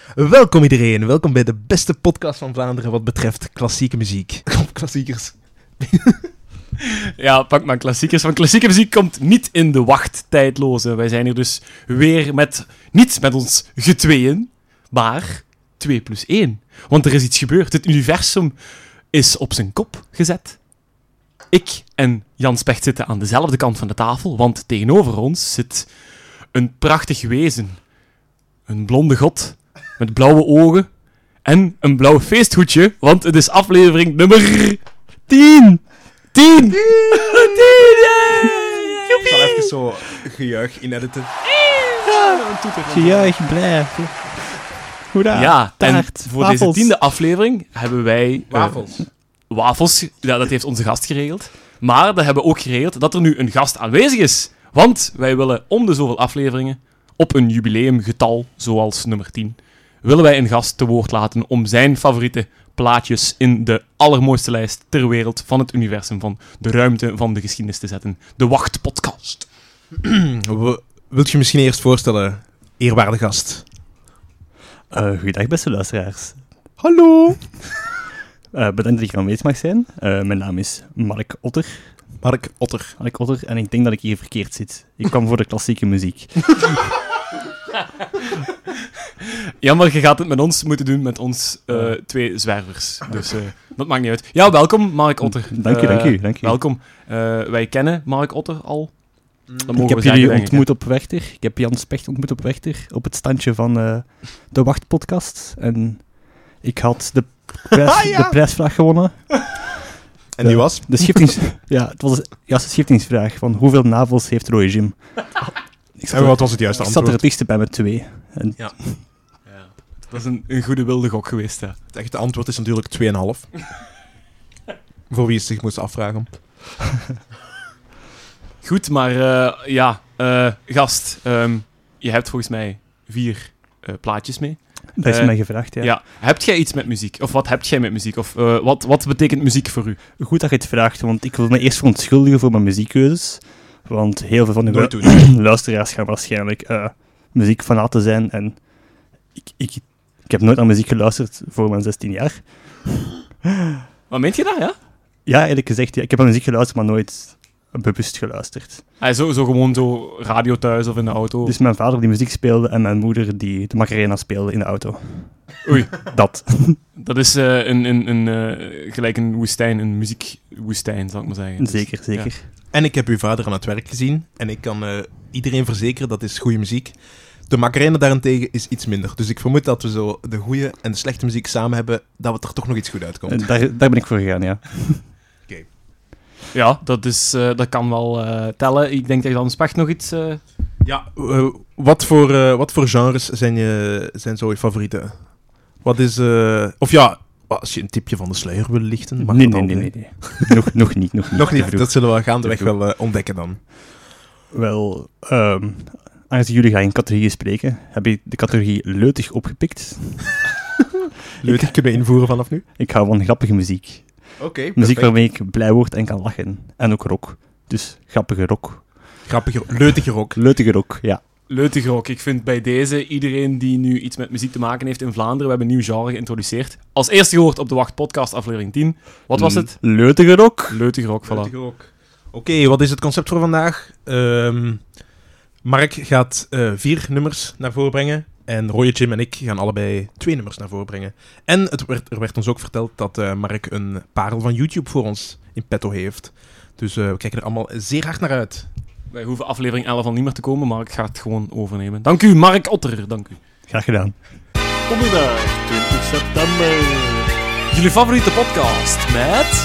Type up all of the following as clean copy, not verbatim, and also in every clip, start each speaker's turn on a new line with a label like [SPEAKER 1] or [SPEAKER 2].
[SPEAKER 1] Welkom iedereen, welkom bij de beste podcast van Vlaanderen wat betreft klassieke muziek. Klassiekers.
[SPEAKER 2] Ja, pak maar klassiekers. Want klassieke muziek komt niet in de wachttijdloze. Wij zijn hier dus weer niet met ons getweeën, maar 2+1. Want er is iets gebeurd. Het universum is op zijn kop gezet. Ik en Jan Specht zitten aan dezelfde kant van de tafel, want tegenover ons zit een prachtig wezen. Een blonde god met blauwe ogen en een blauw feesthoedje, want het is aflevering nummer 10! 10! 10!
[SPEAKER 1] Ik zal even zo gejuich inediten.
[SPEAKER 3] Gejuich, blijf. Hoera,
[SPEAKER 2] Ja, en
[SPEAKER 3] taart,
[SPEAKER 2] voor
[SPEAKER 3] wafels.
[SPEAKER 2] deze 10e aflevering hebben wij...
[SPEAKER 1] Wafels.
[SPEAKER 2] Wafels, ja, dat heeft onze gast geregeld. Maar dat hebben we ook geregeld dat er nu een gast aanwezig is. Want wij willen om de zoveel afleveringen, op een jubileumgetal zoals nummer 10, willen wij een gast te woord laten om zijn favoriete plaatjes in de allermooiste lijst ter wereld van het universum, van de ruimte van de geschiedenis te zetten. De Wachtpodcast.
[SPEAKER 1] Wilt je misschien eerst voorstellen, eerwaarde gast?
[SPEAKER 3] Goeiedag, beste luisteraars.
[SPEAKER 1] Hallo!
[SPEAKER 3] Bedankt dat ik aanwezig mag zijn. Mijn naam is Mark Otter.
[SPEAKER 1] Mark Otter.
[SPEAKER 3] En ik denk dat ik hier verkeerd zit. Ik kwam voor de klassieke muziek.
[SPEAKER 2] Jammer, je gaat het met ons moeten doen, met ons twee zwervers. Dus dat maakt niet uit. Ja, welkom, Mark Otter.
[SPEAKER 3] Dank u.
[SPEAKER 2] Welkom. Wij kennen Mark Otter al. Dat mogen
[SPEAKER 3] Ik
[SPEAKER 2] we
[SPEAKER 3] heb
[SPEAKER 2] zeggen,
[SPEAKER 3] jullie
[SPEAKER 2] denk ik,
[SPEAKER 3] ontmoet op Werchter. Ik heb Jan Specht ontmoet op Werchter, op het standje van de Wachtpodcast. En ik had de prijsvraag gewonnen.
[SPEAKER 1] En die was?
[SPEAKER 3] De het was de schiftingsvraag van hoeveel navels heeft Roy Jim?
[SPEAKER 1] En wat was het juiste
[SPEAKER 3] Ik zat er
[SPEAKER 1] antwoord?
[SPEAKER 3] het dichtste bij met 2. En
[SPEAKER 2] Ja. Dat is een goede wilde gok geweest, hè.
[SPEAKER 1] Het echte antwoord is natuurlijk 2,5. Voor wie het zich moest afvragen.
[SPEAKER 2] Goed, maar gast, je hebt volgens mij 4 plaatjes mee.
[SPEAKER 3] dat is mij gevraagd, ja.
[SPEAKER 2] Ja. Heb jij iets met muziek? Of wat heb jij met muziek? Of wat betekent muziek voor u?
[SPEAKER 3] Goed dat je het vraagt, want ik wil me eerst verontschuldigen voor mijn muziekkeuzes. Want heel veel van de
[SPEAKER 1] Nooit doen.
[SPEAKER 3] luisteraars gaan waarschijnlijk muziekfanaten zijn. En ik heb nooit naar muziek geluisterd voor mijn 16 jaar.
[SPEAKER 2] Wat meent je dat, ja?
[SPEAKER 3] Ja, eerlijk gezegd, ja, ik heb naar muziek geluisterd, maar nooit bewust geluisterd.
[SPEAKER 2] Zo gewoon zo radio thuis of in de auto.
[SPEAKER 3] Dus mijn vader die muziek speelde en mijn moeder die de Macarena speelde in de auto.
[SPEAKER 2] Oei.
[SPEAKER 3] Dat.
[SPEAKER 2] Dat is gelijk een woestijn, een muziekwoestijn, zal ik maar zeggen. Dus,
[SPEAKER 3] Zeker.
[SPEAKER 2] ja.
[SPEAKER 1] En ik heb uw vader aan het werk gezien. En ik kan iedereen verzekeren, dat is goede muziek. De Macarena daarentegen is iets minder. Dus ik vermoed dat we zo de goede en de slechte muziek samen hebben, dat het er toch nog iets goed uitkomt.
[SPEAKER 3] Daar ben ik voor gegaan, ja.
[SPEAKER 2] Ja, dat kan wel tellen. Ik denk dat Jan Specht nog iets...
[SPEAKER 1] Ja, wat voor genres zijn zo je favorieten? Wat is... of ja, als je een tipje van de sluier wil lichten... mag dat altijd.
[SPEAKER 3] Nee. Nog niet.
[SPEAKER 1] Nog niet, dat zullen we gaandeweg wel ontdekken dan.
[SPEAKER 3] Wel, aangezien jullie gaan in categorieën spreken, heb je de categorie leutig opgepikt.
[SPEAKER 1] Leuk, kunnen we invoeren vanaf nu?
[SPEAKER 3] Ik hou van grappige muziek.
[SPEAKER 1] Oké,
[SPEAKER 3] Muziek waarmee ik blij word en kan lachen. En ook rock. Dus grappige rock.
[SPEAKER 1] Grappige, leutige rock.
[SPEAKER 3] Leutige rock, ja.
[SPEAKER 2] Leutige rock. Ik vind bij deze, iedereen die nu iets met muziek te maken heeft in Vlaanderen, we hebben een nieuw genre geïntroduceerd. Als eerste gehoord op de Wacht podcast aflevering 10. Wat was het?
[SPEAKER 3] Leutige rock.
[SPEAKER 2] Leutige rock, voilà.
[SPEAKER 1] Leutige rock. Oké, wat is het concept voor vandaag? Mark gaat 4 nummers naar voren brengen. En Roy, Jim en ik gaan allebei 2 nummers naar voren brengen. En er werd ons ook verteld dat Mark een parel van YouTube voor ons in petto heeft. Dus we kijken er allemaal zeer hard naar uit.
[SPEAKER 2] Wij hoeven aflevering 11 al niet meer te komen, maar ik ga het gewoon overnemen. Dank u, Mark Otter. Dank u.
[SPEAKER 3] Graag gedaan.
[SPEAKER 2] Donderdag, 20 september. Jullie favoriete podcast met...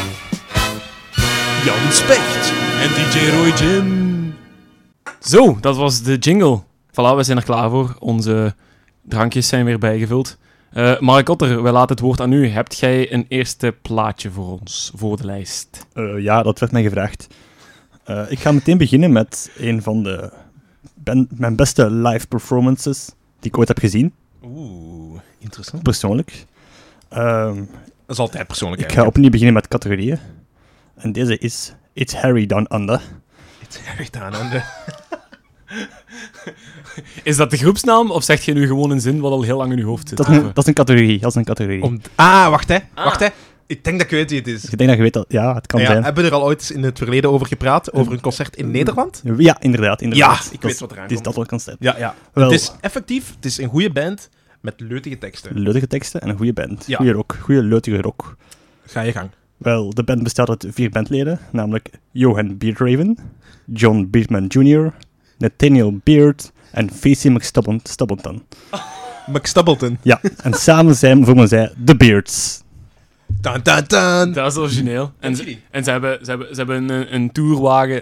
[SPEAKER 1] Jan Specht.
[SPEAKER 2] En DJ Roy Jim. Zo, dat was de jingle. Voilà, we zijn er klaar voor. Onze drankjes zijn weer bijgevuld. Mark Otter, wij laten het woord aan u. Hebt jij een eerste plaatje voor ons, voor de lijst?
[SPEAKER 3] Ja, dat werd mij gevraagd. Ik ga meteen beginnen met een van mijn beste live performances die ik ooit heb gezien.
[SPEAKER 1] Oeh, interessant.
[SPEAKER 3] Persoonlijk.
[SPEAKER 1] Dat is altijd persoonlijk.
[SPEAKER 3] Ik ga opnieuw beginnen met categorieën. En deze is It's Harry Down Under.
[SPEAKER 1] It's Harry Down Under.
[SPEAKER 2] Is dat de groepsnaam, of zeg je nu gewoon een zin wat al heel lang in je hoofd zit?
[SPEAKER 3] Dat is een categorie. Dat is een categorie.
[SPEAKER 1] Wacht hè. Ik denk dat ik weet wie het is.
[SPEAKER 3] Ik denk dat je weet dat... Ja, het kan zijn.
[SPEAKER 1] Hebben we er al ooit in het verleden over gepraat? Over een concert in Nederland?
[SPEAKER 3] Ja, inderdaad.
[SPEAKER 1] Ja, ik weet wat eraan
[SPEAKER 3] Het is
[SPEAKER 1] komt.
[SPEAKER 3] dat wel concept.
[SPEAKER 1] Ja.
[SPEAKER 3] Wel,
[SPEAKER 1] Het is effectief, het is een goede band met leutige teksten.
[SPEAKER 3] leutige teksten en een goede band.
[SPEAKER 1] Ja.
[SPEAKER 3] Goeie rock. Goeie leutige rock.
[SPEAKER 1] Ga je gang.
[SPEAKER 3] Wel, de band bestaat uit 4 bandleden, namelijk Johan Beardraven, John Beardman Jr., Nathaniel Beard en Facey McStubbleton.
[SPEAKER 1] McStubbleton.
[SPEAKER 3] Ja, en samen vormen zij The Beards.
[SPEAKER 1] Dun, dun, dun.
[SPEAKER 2] Dat is origineel. En ze hebben een tourwagen...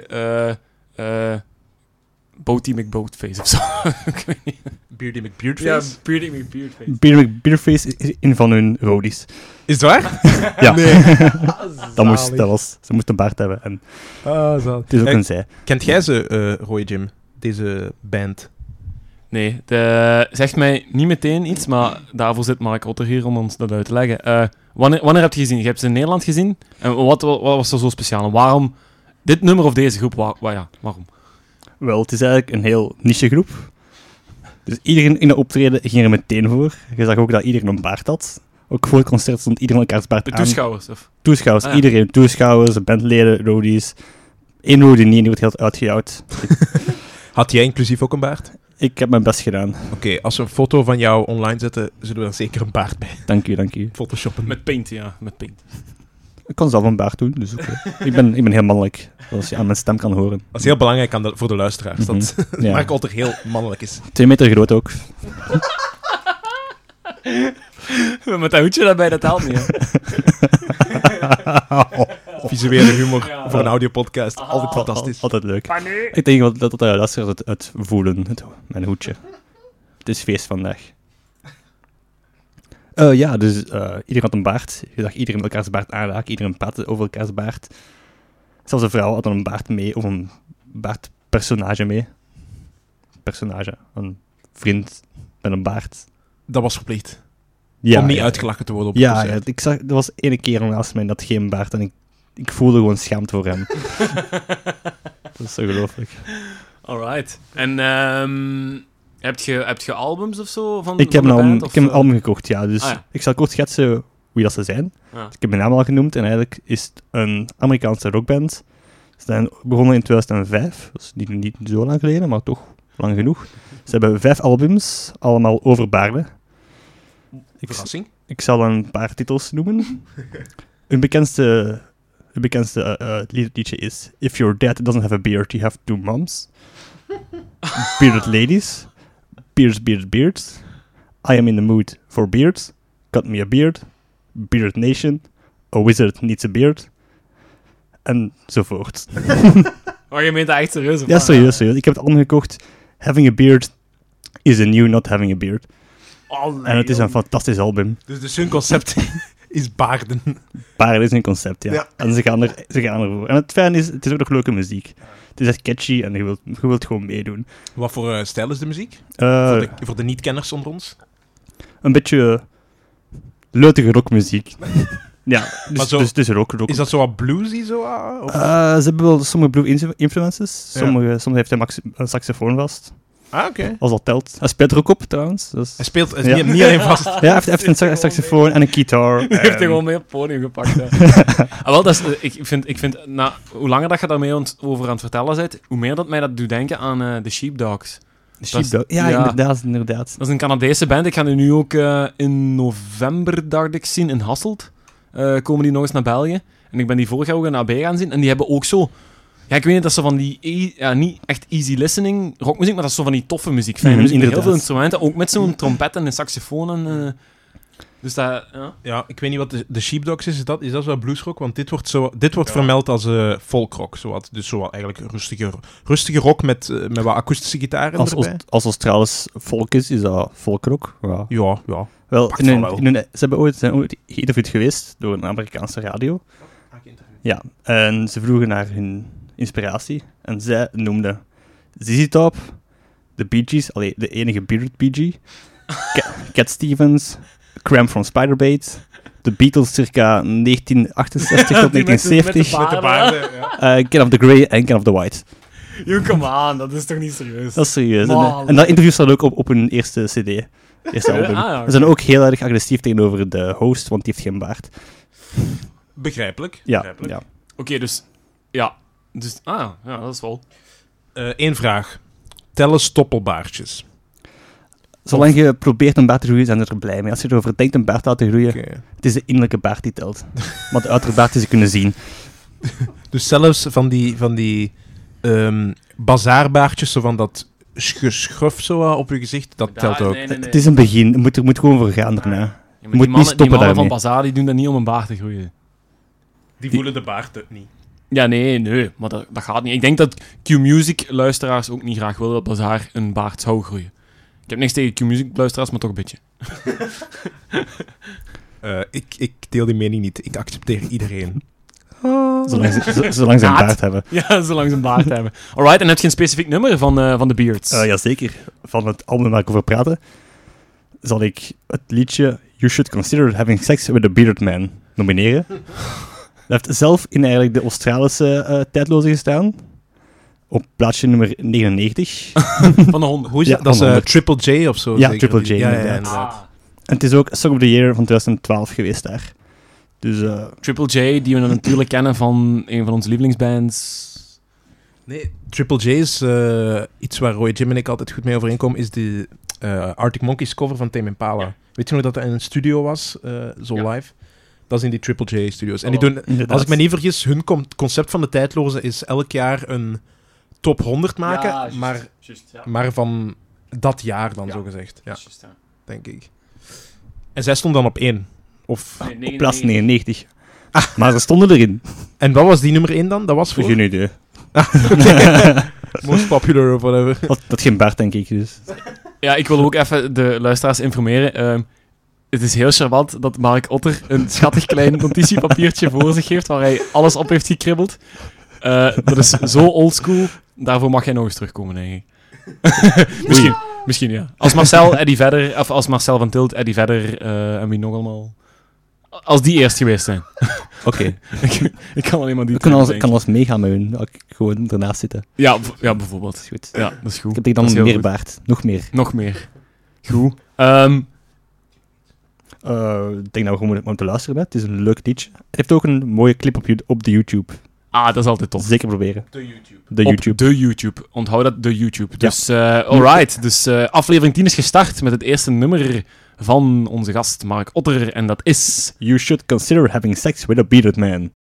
[SPEAKER 2] Boaty McBoatface of zo. Ik weet niet.
[SPEAKER 1] Beardy McBeardface.
[SPEAKER 2] Ja, Beardy McBeardface.
[SPEAKER 3] Beardface is een van hun roadies.
[SPEAKER 1] Is het waar?
[SPEAKER 3] Ja,
[SPEAKER 1] Nee.
[SPEAKER 3] ze moest een baard hebben. En het is ook
[SPEAKER 1] Eh,
[SPEAKER 3] een zij.
[SPEAKER 1] Kent jij ze, Roy Jim? Deze band?
[SPEAKER 2] Nee, zegt mij niet meteen iets, maar daarvoor zit Mark Otter hier om ons dat uit te leggen. Wanneer heb je gezien? Je hebt ze in Nederland gezien. En wat was er zo speciaal? En waarom dit nummer of deze groep? Waarom?
[SPEAKER 3] Wel, het is eigenlijk een heel niche groep. Dus iedereen in de optreden ging er meteen voor. Je zag ook dat iedereen een baard had. Ook voor het concert stond iedereen elkaars baard
[SPEAKER 2] De
[SPEAKER 3] aan.
[SPEAKER 2] toeschouwers? Of?
[SPEAKER 3] Toeschouwers,
[SPEAKER 2] Ah, ja.
[SPEAKER 3] iedereen. Toeschouwers, bandleden, roadies. Eén roadie niet, die wordt heel uitgejouwd.
[SPEAKER 1] Had jij inclusief ook een baard?
[SPEAKER 3] Ik heb mijn best gedaan.
[SPEAKER 1] Oké, als we een foto van jou online zetten, zullen we daar zeker een baard bij
[SPEAKER 3] Dank u.
[SPEAKER 1] photoshoppen.
[SPEAKER 2] Met paint, ja. Met paint.
[SPEAKER 3] Ik kan zelf een baard doen, dus oké. Ik ben heel mannelijk, zoals je aan mijn stem kan horen.
[SPEAKER 1] Dat is heel belangrijk voor de luisteraars, dat
[SPEAKER 3] Ja.
[SPEAKER 1] Mark Otter heel mannelijk is.
[SPEAKER 3] 2 meter groot ook.
[SPEAKER 2] Met dat hoedje daarbij, dat helpt niet, hè.
[SPEAKER 1] Visuele humor
[SPEAKER 2] Ja.
[SPEAKER 1] voor een audiopodcast, altijd fantastisch.
[SPEAKER 3] Altijd leuk. Ik denk dat de luisteraars het voelen, mijn hoedje. Het is feest vandaag. Dus iedereen had een baard. Je zag iedereen elkaars baard aanraken. Iedereen praatte over elkaars baard. Zelfs een vrouw had een baard mee, of een baardpersonage mee. Een vriend met een baard.
[SPEAKER 1] Dat was verplicht.
[SPEAKER 3] Ja,
[SPEAKER 1] om niet
[SPEAKER 3] ja.
[SPEAKER 1] uitgelachen te worden op het
[SPEAKER 3] Ja,
[SPEAKER 1] concert.
[SPEAKER 3] ik zag, er was ene keer naast mij dat geen baard en ik voelde gewoon schaamte voor hem. Dat is ongelooflijk.
[SPEAKER 2] Alright. En heb je albums of zo van
[SPEAKER 3] Ik heb
[SPEAKER 2] van de band,
[SPEAKER 3] ik heb een album gekocht, ja. Dus
[SPEAKER 2] Ah, ja.
[SPEAKER 3] ik zal kort schetsen wie dat ze zijn.
[SPEAKER 2] Ja.
[SPEAKER 3] Ik heb mijn naam al genoemd en eigenlijk is het een Amerikaanse rockband. Ze zijn begonnen in 2005, dat is niet zo lang geleden, maar toch lang genoeg. Ze hebben 5 albums, allemaal over baarden.
[SPEAKER 1] Verrassing.
[SPEAKER 3] Ik zal een paar titels noemen. Hun bekendste liedje is If Your Dad Doesn't Have a Beard, You Have Two Moms. Bearded Ladies. Beards. I Am in the Mood for Beards. Cut Me a Beard. Bearded Nation. A Wizard Needs a Beard. Enzovoort.
[SPEAKER 2] Maar je meent dat echt serieus? Of
[SPEAKER 3] Ja, serieus. Ik heb het album gekocht. Having a Beard is a new not having a beard. En het is een fantastisch album.
[SPEAKER 1] Dus hun concept is baarden.
[SPEAKER 3] Baarden is een concept, ja.
[SPEAKER 1] Ja.
[SPEAKER 3] En ze gaan ervoor. En het fijne is, het is ook nog leuke muziek. Het is echt catchy en je wilt gewoon meedoen.
[SPEAKER 1] Wat voor stijl is de muziek?
[SPEAKER 3] Eh,
[SPEAKER 1] Voor de niet-kenners onder ons?
[SPEAKER 3] Een beetje leutige rockmuziek. Ja,
[SPEAKER 1] Maar zo-
[SPEAKER 3] dus het is rock.
[SPEAKER 1] Is dat zo wat bluesy? Zo, of?
[SPEAKER 3] Ze hebben wel sommige blue influences.
[SPEAKER 1] Ja.
[SPEAKER 3] Soms heeft hij een saxofoon vast.
[SPEAKER 1] Ah, oké.
[SPEAKER 3] Als dat telt. Hij speelt er ook op, trouwens. Dus...
[SPEAKER 1] Hij speelt
[SPEAKER 3] Ja.
[SPEAKER 1] niet alleen vast.
[SPEAKER 3] Ja, hij heeft een saxofoon en een gitaar.
[SPEAKER 2] Je hebt er gewoon mee op het podium gepakt. Hè. Wel, dat is, ik vind hoe langer dat je daarmee over aan het vertellen bent, hoe meer dat mij dat doet denken aan de Sheepdogs.
[SPEAKER 3] Sheepdog. Ja,
[SPEAKER 2] ja.
[SPEAKER 3] inderdaad.
[SPEAKER 2] Dat is een Canadese band. Ik ga die nu ook in november, dacht ik, zien in Hasselt. Komen die nog eens naar België. En ik ben die vorig jaar ook in AB gaan zien. En die hebben ook zo... Ja, ik weet niet, dat is zo van die... niet echt easy listening rockmuziek, maar dat is zo van die toffe muziek. Fijne muziek met heel
[SPEAKER 3] inderdaad.
[SPEAKER 2] veel instrumenten. Ook met zo'n trompet en een saxofoon. En, dus dat... Ja.
[SPEAKER 1] Ja, ik weet niet wat de Sheepdogs is. Is dat zo bluesrock? Want dit wordt vermeld als folkrock. Zowat. Dus zo eigenlijk rustige rock met wat akoestische gitaren erbij.
[SPEAKER 3] Als Australisch volk is dat folkrock. Ja.
[SPEAKER 1] Ja.
[SPEAKER 3] Wel,
[SPEAKER 1] Pakt van wel.
[SPEAKER 3] ze zijn ooit geïnterviewd geweest door een Amerikaanse radio. Ja, en ze vroegen naar hun inspiratie. En zij noemden ZZ Top, de Bee Gees, de enige bearded Bee Gee, Cat Stevens, Cramp from Spiderbait, de Beatles circa 1968 tot
[SPEAKER 2] Die met de
[SPEAKER 3] 1970,
[SPEAKER 2] baarden.
[SPEAKER 1] Ja.
[SPEAKER 3] Ken of the Grey en Ken of the White.
[SPEAKER 2] Yo, come on, dat is toch niet serieus?
[SPEAKER 3] Dat is serieus.
[SPEAKER 2] Man.
[SPEAKER 3] En dat interview staat ook op hun eerste cd. Eerste album.
[SPEAKER 2] ja,
[SPEAKER 3] Ze zijn ook heel erg agressief tegenover de host, want die heeft geen baard.
[SPEAKER 1] Begrijpelijk.
[SPEAKER 3] Ja,
[SPEAKER 1] Begrijpelijk.
[SPEAKER 3] ja.
[SPEAKER 2] Oké, dus... Ja. Dus... ja, dat is wel...
[SPEAKER 1] Eén vraag. Tellen stoppelbaardjes.
[SPEAKER 3] Zolang je probeert een baard te groeien, zijn ze er blij mee. Als je erover denkt een baard te laten groeien,
[SPEAKER 1] Oké.
[SPEAKER 3] het is de innerlijke baard die telt. Want de uiterlijke baard die ze kunnen zien.
[SPEAKER 1] Dus zelfs van die bazaarbaardjes, zo van dat geschruf zo op je gezicht, dat telt ook.
[SPEAKER 2] Nee.
[SPEAKER 3] Het is een begin. Je moet er gewoon voor gaan daarna.
[SPEAKER 2] Ja, maar
[SPEAKER 3] moet niet
[SPEAKER 2] die
[SPEAKER 3] stoppen
[SPEAKER 2] mannen van
[SPEAKER 3] daarmee.
[SPEAKER 2] Bazaar die doen dat niet om een baard te groeien.
[SPEAKER 1] Die voelen de baard niet.
[SPEAKER 2] Ja, nee, maar dat gaat niet. Ik denk dat Q-Music-luisteraars ook niet graag willen dat Bazaar een baard zou groeien. Ik heb niks tegen Q-Music-luisteraars, maar toch een beetje.
[SPEAKER 1] Ik deel die mening niet. Ik accepteer iedereen.
[SPEAKER 3] Zolang ze een
[SPEAKER 2] Haat.
[SPEAKER 3] baard hebben.
[SPEAKER 2] Ja, zolang ze een baard hebben. Alright, en heb je een specifiek nummer van de Beards?
[SPEAKER 3] Jazeker. Van het album waar ik over praten, zal ik het liedje You Should Consider Having Sex with a Bearded Man nomineren. Dat heeft zelf in eigenlijk de Australische tijdloze gestaan. Op plaatsje nummer 99.
[SPEAKER 2] Van de 100.
[SPEAKER 1] Hoe is
[SPEAKER 3] Ja,
[SPEAKER 1] dat? Dat is
[SPEAKER 3] van 100.
[SPEAKER 1] Triple J of zo?
[SPEAKER 3] Ja,
[SPEAKER 1] zeker?
[SPEAKER 3] Triple J,
[SPEAKER 1] Ja,
[SPEAKER 3] inderdaad.
[SPEAKER 1] inderdaad.
[SPEAKER 3] En het is ook Song of the Year van 2012 geweest daar. Dus
[SPEAKER 2] Triple J, die we natuurlijk kennen van een van onze lievelingsbands.
[SPEAKER 1] Nee, Triple J is iets waar Roy Jim en ik altijd goed mee overeenkomen, is de Arctic Monkeys cover van Tame Impala.
[SPEAKER 2] Ja.
[SPEAKER 1] Weet je nog dat dat in een studio was, zo
[SPEAKER 2] Ja.
[SPEAKER 1] live? Dat is in die Triple J studios. En die doen,
[SPEAKER 3] inderdaad.
[SPEAKER 1] als ik me niet vergis, hun concept van de tijdloze is elk jaar een top 100 maken,
[SPEAKER 2] Ja, juist,
[SPEAKER 1] maar,
[SPEAKER 2] juist, ja.
[SPEAKER 1] maar van dat jaar dan,
[SPEAKER 2] Ja.
[SPEAKER 1] zo gezegd. Ja,
[SPEAKER 2] Juist, ja.
[SPEAKER 1] denk ik. En zij stond dan op 1. Of,
[SPEAKER 2] Nee,
[SPEAKER 3] Op plaats 99. Maar ze stonden erin.
[SPEAKER 1] en wat was die nummer 1 dan? Dat was voor...
[SPEAKER 3] Geen idee.
[SPEAKER 1] Most popular of whatever.
[SPEAKER 3] Dat geen baard, denk ik. Dus.
[SPEAKER 2] Ja, ik wil ook even de luisteraars informeren. Het is heel charmant dat Mark Otter een schattig klein notitiepapiertje voor zich heeft waar hij alles op heeft gekribbeld. Dat is zo oldschool. Daarvoor mag jij nog eens terugkomen, denk ik. Misschien, ja. Als Marcel, Eddie Vedder, of als Marcel van Tilt, Eddie Vedder en wie nog allemaal. Als die eerst geweest zijn.
[SPEAKER 3] Oké.
[SPEAKER 2] Ik kan alleen maar die
[SPEAKER 3] Ik
[SPEAKER 2] twee
[SPEAKER 3] kan
[SPEAKER 2] bedenken.
[SPEAKER 3] alles meegaan met hun. Ik gewoon ernaast zitten.
[SPEAKER 2] Ja, bijvoorbeeld.
[SPEAKER 3] Dat is goed.
[SPEAKER 2] Ja, dat is goed.
[SPEAKER 3] Ik heb tegen
[SPEAKER 2] Dat is
[SPEAKER 3] dan
[SPEAKER 2] heel
[SPEAKER 3] meer
[SPEAKER 2] goed.
[SPEAKER 3] baard. Nog meer.
[SPEAKER 2] Nog meer. Goed.
[SPEAKER 3] Ik denk dat we gewoon moeten luisteren met. Het is een leuk liedje. Het heeft ook een mooie clip op de YouTube.
[SPEAKER 2] Dat is altijd tof.
[SPEAKER 3] Zeker proberen.
[SPEAKER 1] De YouTube.
[SPEAKER 3] De
[SPEAKER 2] Op
[SPEAKER 3] YouTube.
[SPEAKER 2] de YouTube. Onthoud dat, de YouTube. Dus, alright. Dus aflevering 10 is gestart met het eerste nummer van onze gast Mark Otter. En dat is...
[SPEAKER 3] You should consider having sex with a bearded man.